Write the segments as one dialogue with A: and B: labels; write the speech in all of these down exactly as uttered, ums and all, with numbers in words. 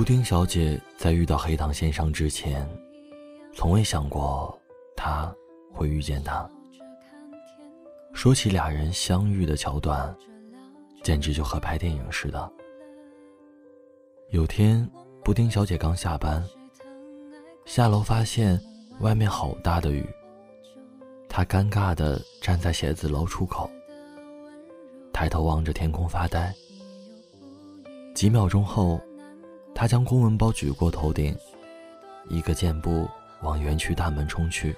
A: 布丁小姐在遇到黑糖先生之前，从未想过他会遇见她。说起俩人相遇的桥段，简直就和拍电影似的。有天，布丁小姐刚下班，下楼发现外面好大的雨，她尴尬地站在写字楼出口，抬头望着天空发呆。几秒钟后，她将公文包举过头顶，一个箭步往园区大门冲去。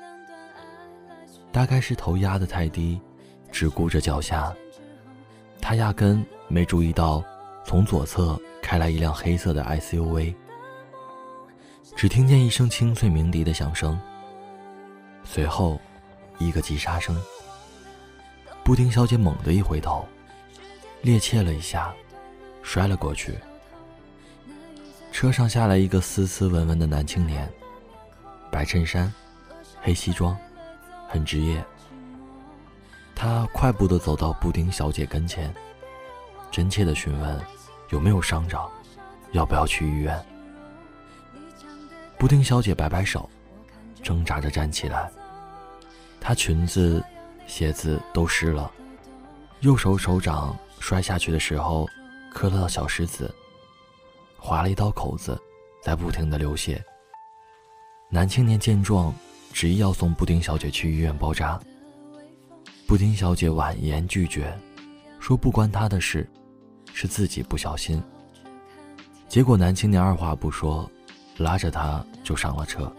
A: 大概是头压得太低，只顾着脚下，她压根没注意到从左侧开来一辆黑色的 S U V。 只听见一声清脆鸣笛的响声，随后一个急刹声。布丁小姐猛地一回头，趔趄了一下，摔了过去。车上下来一个斯斯文文的男青年，白衬衫，黑西装，很职业。他快步地走到布丁小姐跟前，真切地询问有没有伤着，要不要去医院。布丁小姐摆摆手，挣扎着站起来。她裙子鞋子都湿了，右手手掌摔下去的时候磕了到小石子，划了一道口子，在不停地流血。男青年见状，执意要送布丁小姐去医院包扎。布丁小姐婉言拒绝，说不关她的事，是自己不小心。结果男青年二话不说，拉着她就上了车。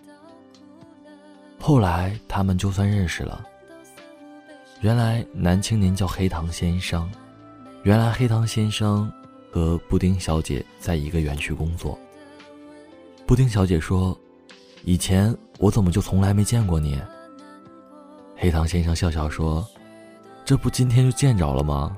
A: 后来他们就算认识了。原来男青年叫黑糖先生，原来黑糖先生和布丁小姐在一个园区工作。布丁小姐说，以前我怎么就从来没见过你？黑糖先生笑笑说，这不今天就见着了吗？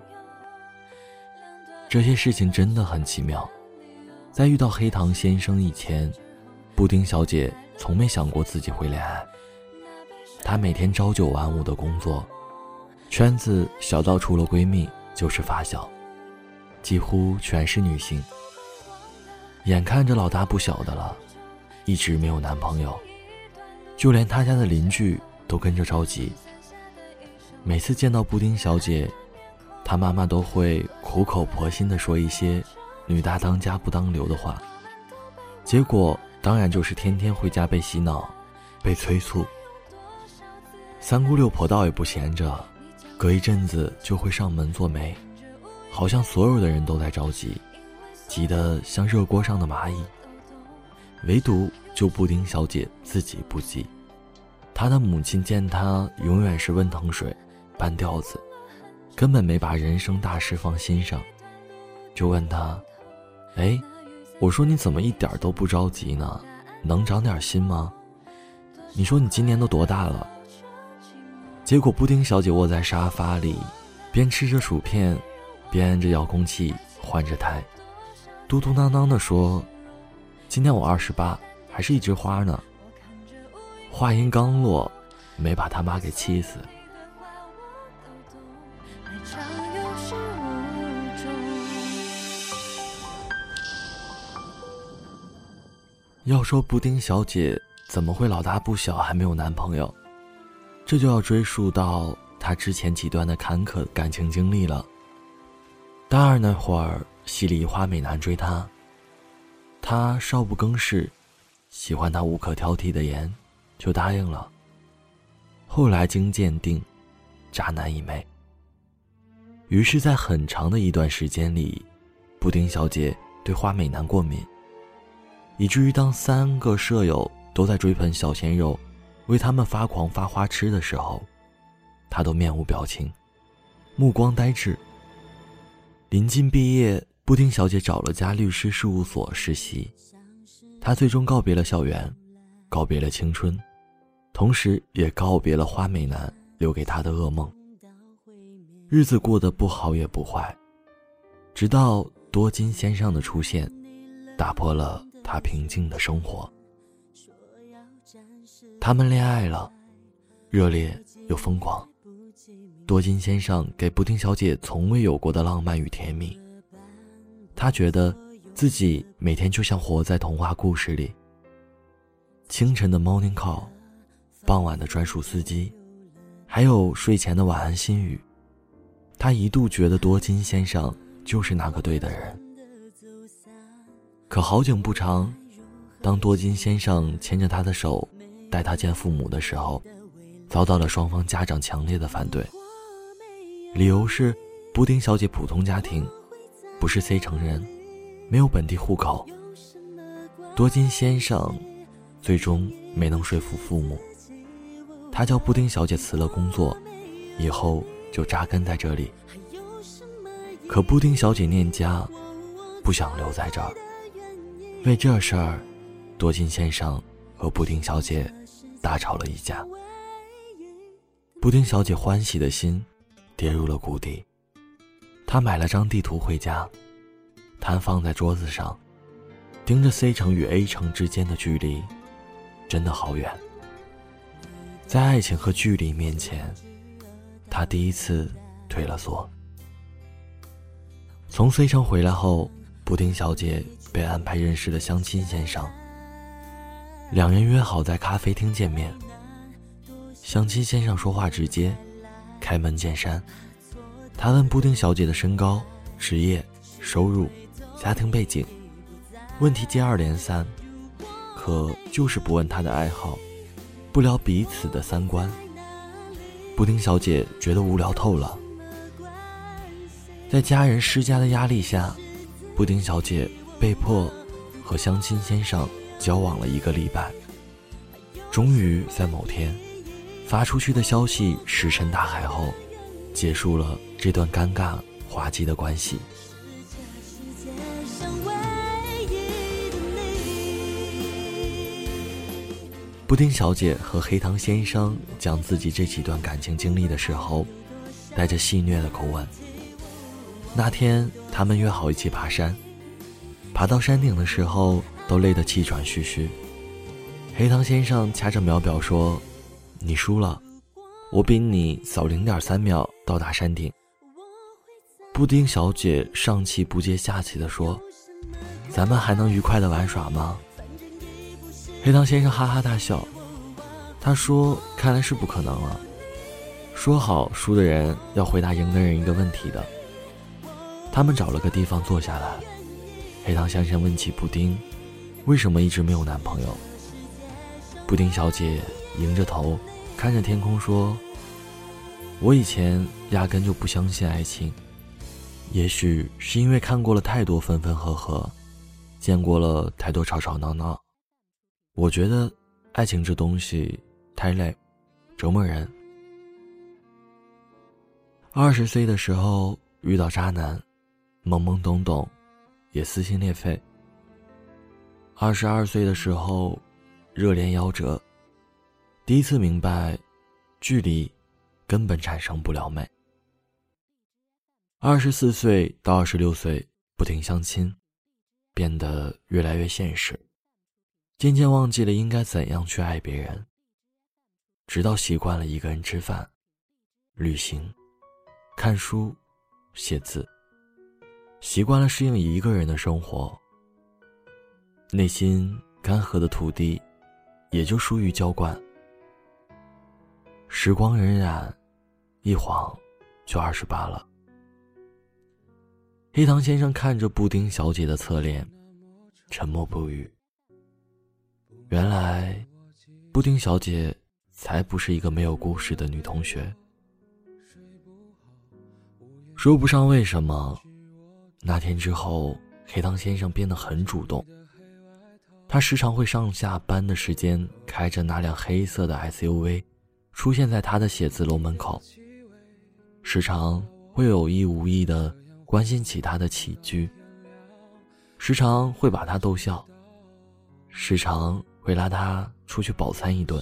A: 这些事情真的很奇妙。在遇到黑糖先生以前，布丁小姐从没想过自己会恋爱。她每天朝九晚五的工作，圈子小到除了闺蜜就是发小，几乎全是女性。眼看着老大不小的了，一直没有男朋友，就连她家的邻居都跟着着急。每次见到布丁小姐，她妈妈都会苦口婆心地说一些女大当家不当流的话，结果当然就是天天回家被洗脑，被催促。三姑六婆倒也不闲着，隔一阵子就会上门做媒，好像所有的人都在着急，急得像热锅上的蚂蚁。唯独就布丁小姐自己不急。她的母亲见她永远是温腾水半吊子，根本没把人生大事放心上，就问她，哎，我说你怎么一点都不着急呢？能长点心吗？你说你今年都多大了？结果布丁小姐窝在沙发里，边吃着薯片，边按着遥控器换着台，嘟嘟囔囔地说，今年我二十八，还是一枝花呢。话音刚落，没把他妈给气死。要说布丁小姐怎么会老大不小还没有男朋友，这就要追溯到她之前几段的坎坷感情经历了。大二那会儿，系里花美男追她，她少不更事，喜欢他无可挑剔的颜，就答应了。后来经鉴定，渣男一枚。于是在很长的一段时间里，布丁小姐对花美男过敏，以至于当三个舍友都在追捧小鲜肉，为他们发狂发花痴的时候，她都面无表情，目光呆滞。临近毕业，布丁小姐找了家律师事务所实习，她最终告别了校园，告别了青春，同时也告别了花美男留给她的噩梦。日子过得不好也不坏，直到多金先生的出现，打破了她平静的生活。他们恋爱了，热烈又疯狂。多金先生给布丁小姐从未有过的浪漫与甜蜜，他觉得自己每天就像活在童话故事里。清晨的 morning call， 傍晚的专属司机，还有睡前的晚安心语。他一度觉得多金先生就是那个对的人。可好景不长，当多金先生牵着他的手带他见父母的时候，遭到了双方家长强烈的反对。理由是布丁小姐普通家庭，不是 C 城人，没有本地户口。多金先生最终没能说服父母，他叫布丁小姐辞了工作，以后就扎根在这里。可布丁小姐念家，不想留在这儿。为这事儿，多金先生和布丁小姐大吵了一架。布丁小姐欢喜的心跌入了谷底。她买了张地图回家，摊放在桌子上，盯着 C 城与 A 城之间的距离，真的好远。在爱情和距离面前，她第一次退了缩。从 C 城回来后，布丁小姐被安排认识了相亲先生，两人约好在咖啡厅见面。相亲先生说话直接，开门见山。他问布丁小姐的身高、职业、收入、家庭背景，问题接二连三，可就是不问她的爱好，不聊彼此的三观。布丁小姐觉得无聊透了。在家人施加的压力下，布丁小姐被迫和相亲先生交往了一个礼拜。终于在某天，发出去的消息石沉大海后，结束了这段尴尬滑稽的关系。布丁小姐和黑糖先生讲自己这几段感情经历的时候，带着戏谑的口吻。那天他们约好一起爬山，爬到山顶的时候都累得气喘吁吁。黑糖先生掐着秒表说，你输了，我比你早 零点三秒到达山顶。布丁小姐上气不接下气地说，咱们还能愉快地玩耍吗？黑糖先生哈哈大笑，他说，看来是不可能了，说好输的人要回答赢的人一个问题的。他们找了个地方坐下来，黑糖先生问起布丁为什么一直没有男朋友。布丁小姐迎着头看着天空说，我以前压根就不相信爱情，也许是因为看过了太多分分合合，见过了太多吵吵闹闹，我觉得爱情这东西太累，折磨人。二十岁的时候遇到渣男，懵懵懂懂，也撕心裂肺。二十二岁的时候热恋夭折，第一次明白距离根本产生不了美。二十四岁到二十六岁不停相亲，变得越来越现实，渐渐忘记了应该怎样去爱别人，直到习惯了一个人吃饭、旅行、看书、写字，习惯了适应一个人的生活，内心干涸的土地也就疏于浇灌。时光荏苒，一晃就二十八了。黑糖先生看着布丁小姐的侧脸，沉默不语。原来布丁小姐才不是一个没有故事的女同学。说不上为什么，那天之后黑糖先生变得很主动。他时常会上下班的时间开着那辆黑色的 S U V 出现在他的写字楼门口，时常会有意无意地关心起他的起居，时常会把他逗笑，时常会拉他出去饱餐一顿。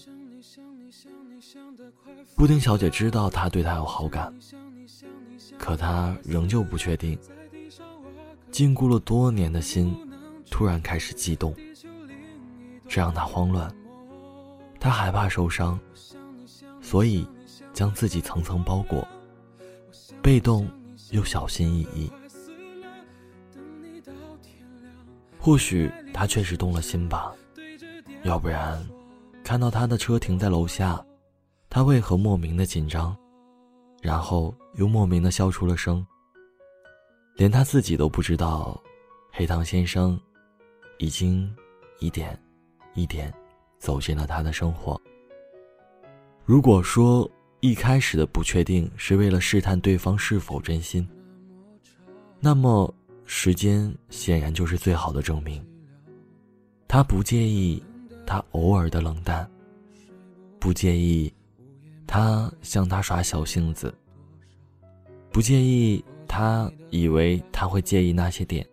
A: 布丁小姐知道他对他有好感，可他仍旧不确定。禁锢了多年的心突然开始悸动，这让他慌乱。他害怕受伤，所以将自己层层包裹，被动又小心翼翼。 或许他确实动了心吧，要不然看到他的车停在楼下，他为何莫名的紧张，然后又莫名的笑出了声。连他自己都不知道，黑糖先生已经一点一点走进了他的生活。如果说一开始的不确定是为了试探对方是否真心，那么时间显然就是最好的证明。他不介意他偶尔的冷淡，不介意他向他耍小性子，不介意他以为他会介意那些点。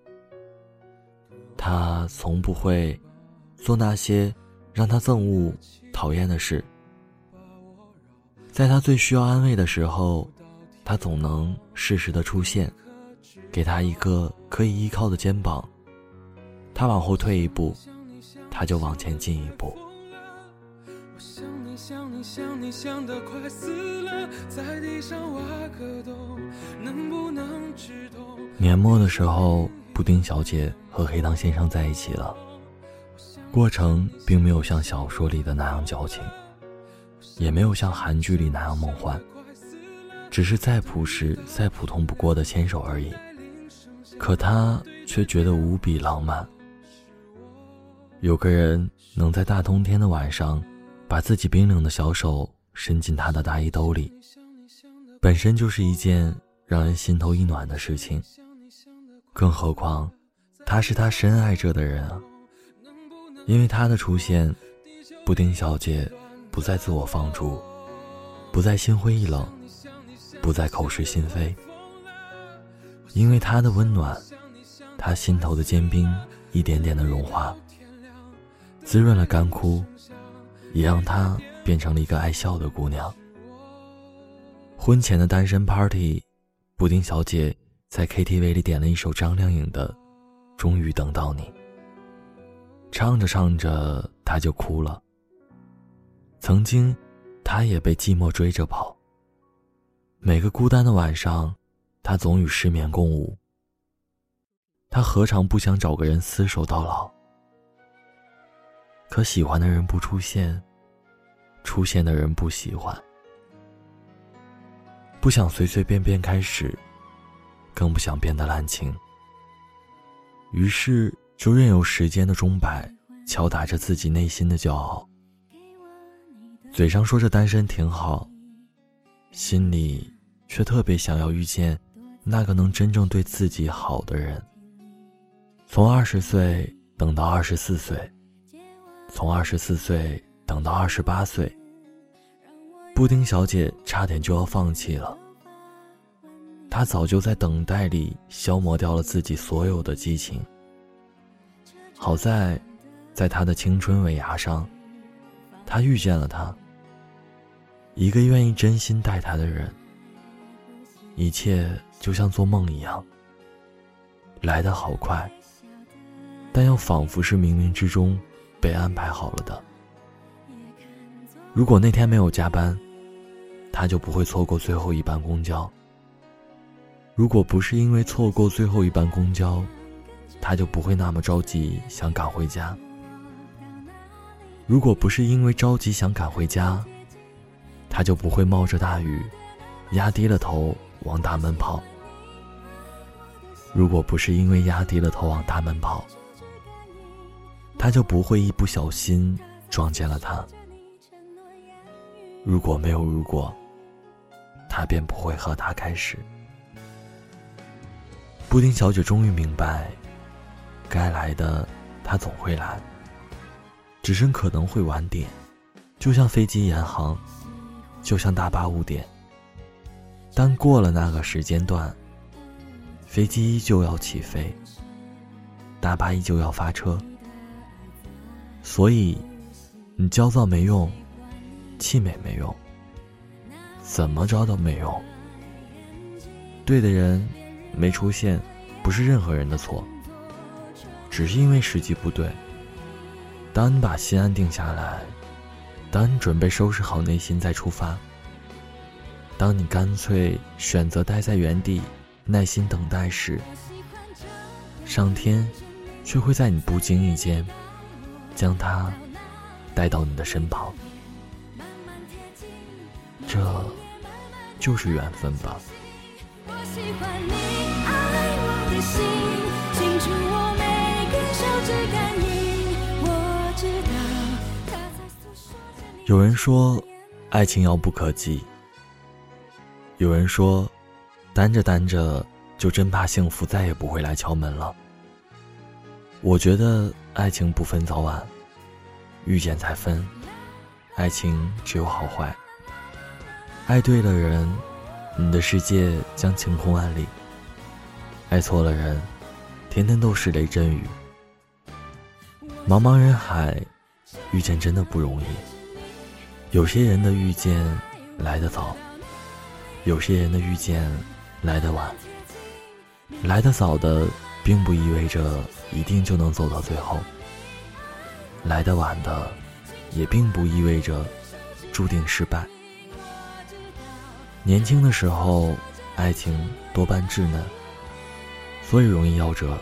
A: 他从不会做那些让他憎恶讨厌的事。在他最需要安慰的时候，他总能适时的出现，给他一个可以依靠的肩膀。他往后退一步，他就往前进一步。
B: 想你想你想得快死了，在地上挖个洞，能不能止痛？
A: 年末的时候，布丁小姐和黑糖先生在一起了，过程并没有像小说里的那样矫情，也没有像韩剧里那样梦幻，只是再朴实再普通不过的牵手而已，可他却觉得无比浪漫。有个人能在大冬天的晚上把自己冰冷的小手伸进他的大衣兜里，本身就是一件让人心头一暖的事情，更何况他是他深爱着的人啊。因为他的出现，布丁小姐不再自我放逐，不再心灰意冷，不再口是心非。因为他的温暖，他心头的坚冰一点点的融化，滋润了干枯，也让她变成了一个爱笑的姑娘。婚前的单身 party， 布丁小姐在 K T V 里点了一首张靓颖的《终于等到你》，唱着唱着她就哭了。曾经她也被寂寞追着跑，每个孤单的晚上她总与失眠共舞。她何尝不想找个人厮守到老，可喜欢的人不出现，出现的人不喜欢，不想随随便便开始，更不想变得滥情，于是就任由时间的钟摆敲打着自己内心的骄傲。嘴上说着单身挺好，心里却特别想要遇见那个能真正对自己好的人。从二十岁等到二十四岁，从二十四岁等到二十八岁，布丁小姐差点就要放弃了。她早就在等待里消磨掉了自己所有的激情。好在，在她的青春尾牙上，她遇见了他，一个愿意真心待她的人。一切就像做梦一样，来得好快，但又仿佛是冥冥之中被安排好了的。如果那天没有加班，他就不会错过最后一班公交。如果不是因为错过最后一班公交，他就不会那么着急想赶回家。如果不是因为着急想赶回家，他就不会冒着大雨压低了头往大门跑。如果不是因为压低了头往大门跑，他就不会一不小心撞见了他。如果没有如果，他便不会和他开始。布丁小姐终于明白，该来的他总会来，只是可能会晚点，就像飞机延航，就像大巴误点。但过了那个时间段，飞机依旧要起飞，大巴依旧要发车。所以你焦躁没用，气馁没用，怎么着都没用。对的人没出现，不是任何人的错，只是因为时机不对。当你把心安定下来，当你准备收拾好内心再出发，当你干脆选择待在原地耐心等待时，上天却会在你不经意间将它带到你的身旁。这就是缘分吧。
C: 我喜欢你爱我的心，清楚我每根手指感应，我知道它在诉说着你。
A: 有人说爱情遥不可及，有人说单着单着就真怕幸福再也不会来敲门了。我觉得爱情不分早晚，遇见才分，爱情只有好坏。爱对了人，你的世界将晴空万里；爱错了人，天天都是雷阵雨。茫茫人海，遇见真的不容易。有些人的遇见来得早，有些人的遇见来得晚。来得早的并不意味着一定就能走到最后，来得晚的也并不意味着注定失败。年轻的时候，爱情多半稚嫩，所以容易夭折。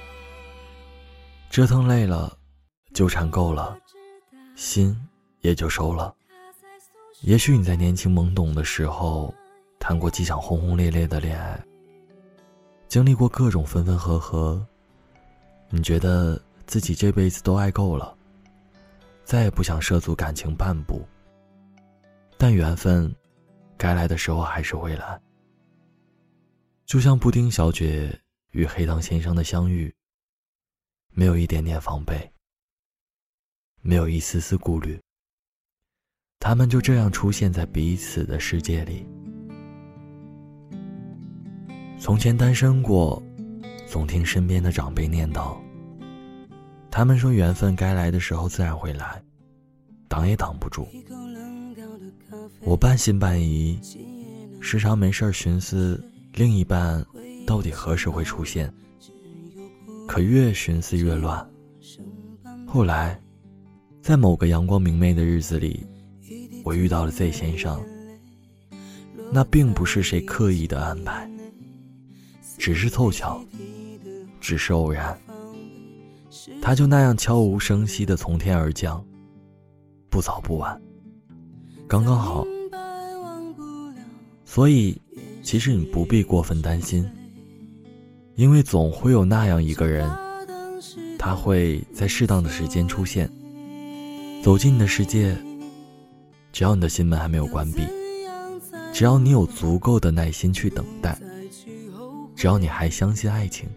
A: 折腾累了，纠缠够了，心也就收了。也许你在年轻懵懂的时候谈过几场轰轰烈烈的恋爱，经历过各种分分合合，你觉得自己这辈子都爱够了，再也不想涉足感情半步。但缘分该来的时候还是会来。就像布丁小姐与黑糖先生的相遇，没有一点点防备，没有一丝丝顾虑，他们就这样出现在彼此的世界里。从前单身过，总听身边的长辈念叨，他们说缘分该来的时候自然会来，挡也挡不住。我半信半疑，时常没事寻思另一半到底何时会出现，可越寻思越乱。后来在某个阳光明媚的日子里，我遇到了 Z 先生。那并不是谁刻意的安排，只是凑巧，只是偶然，他就那样悄无声息地从天而降，不早不晚，刚刚好。所以其实你不必过分担心，因为总会有那样一个人，他会在适当的时间出现，走进你的世界。只要你的心门还没有关闭，只要你有足够的耐心去等待，只要你还相信爱情。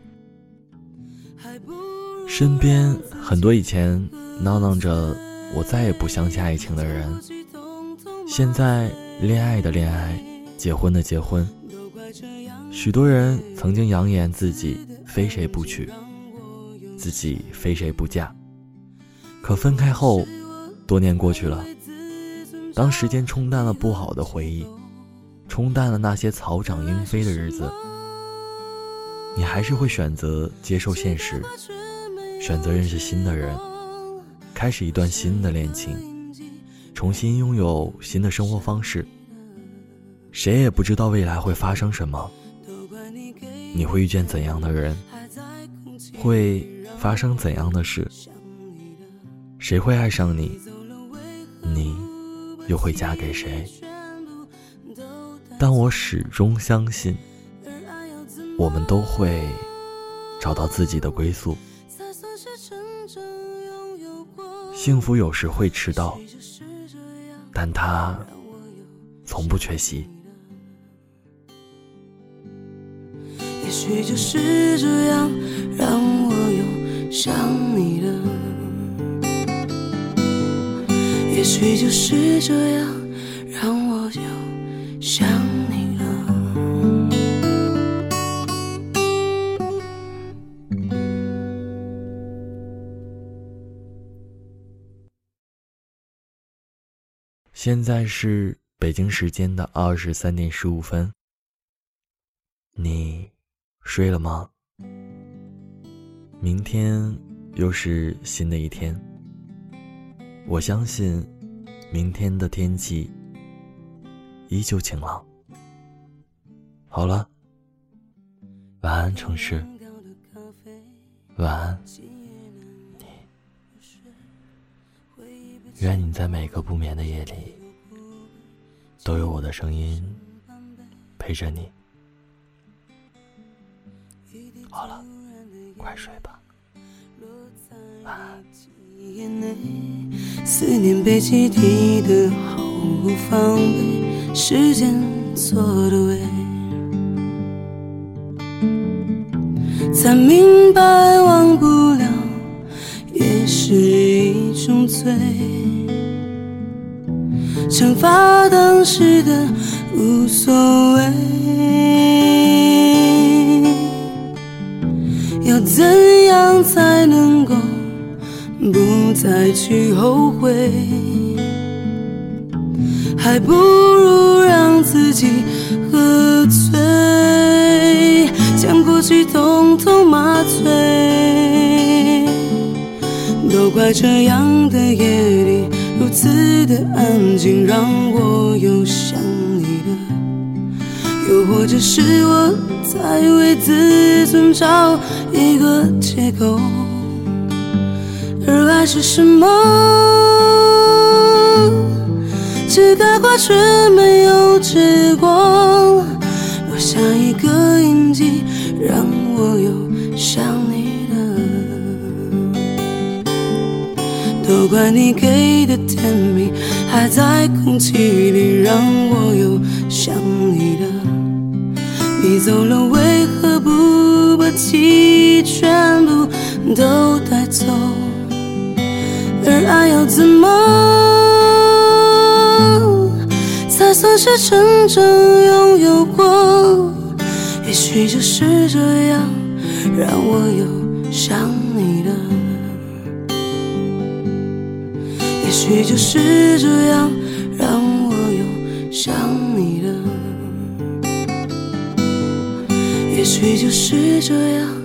A: 身边很多以前嚷嚷着我再也不相信爱情的人，现在恋爱的恋爱，结婚的结婚。许多人曾经扬言自己非谁不娶，自己非谁不嫁，可分开后，多年过去了，当时间冲淡了不好的回忆，冲淡了那些草长莺飞的日子，你还是会选择接受现实，选择认识新的人，开始一段新的恋情，重新拥有新的生活方式。谁也不知道未来会发生什么，你会遇见怎样的人，会发生怎样的事，谁会爱上你，你又会嫁给谁？但我始终相信，我们都会找到自己的归宿。幸福有时会迟到，但它从不缺席。
C: 也许就是这样，让我又想你了。也许就是这样，让我又想你了。
A: 现在是北京时间的二十三点十五分，你睡了吗？明天又是新的一天，我相信明天的天气依旧晴朗。好了，晚安城市，晚安愿你在每个不眠的夜里，都有我的声音陪着你。好了，快睡吧，晚安。
D: 思念被击抵的毫无防备，时间做的伪，才明白忘不了也是一种罪，惩罚当时的无所谓，要怎样才能够不再去后悔？还不如让自己喝醉，将过去统统麻醉。都怪这样的夜里如此的安静，让我又想你了。又或者是我在为自尊找一个借口。而爱是什么？只该过却没有结果，留下一个印记，让我又想你了。都怪你给的甜蜜还在空气里，让我又想你了。你走了，为何不把记忆全部都带走？而爱要怎么才算是真正拥有过？也许就是这样，让我又想你了。也许就是这样，让我又想你了。也许就是这样。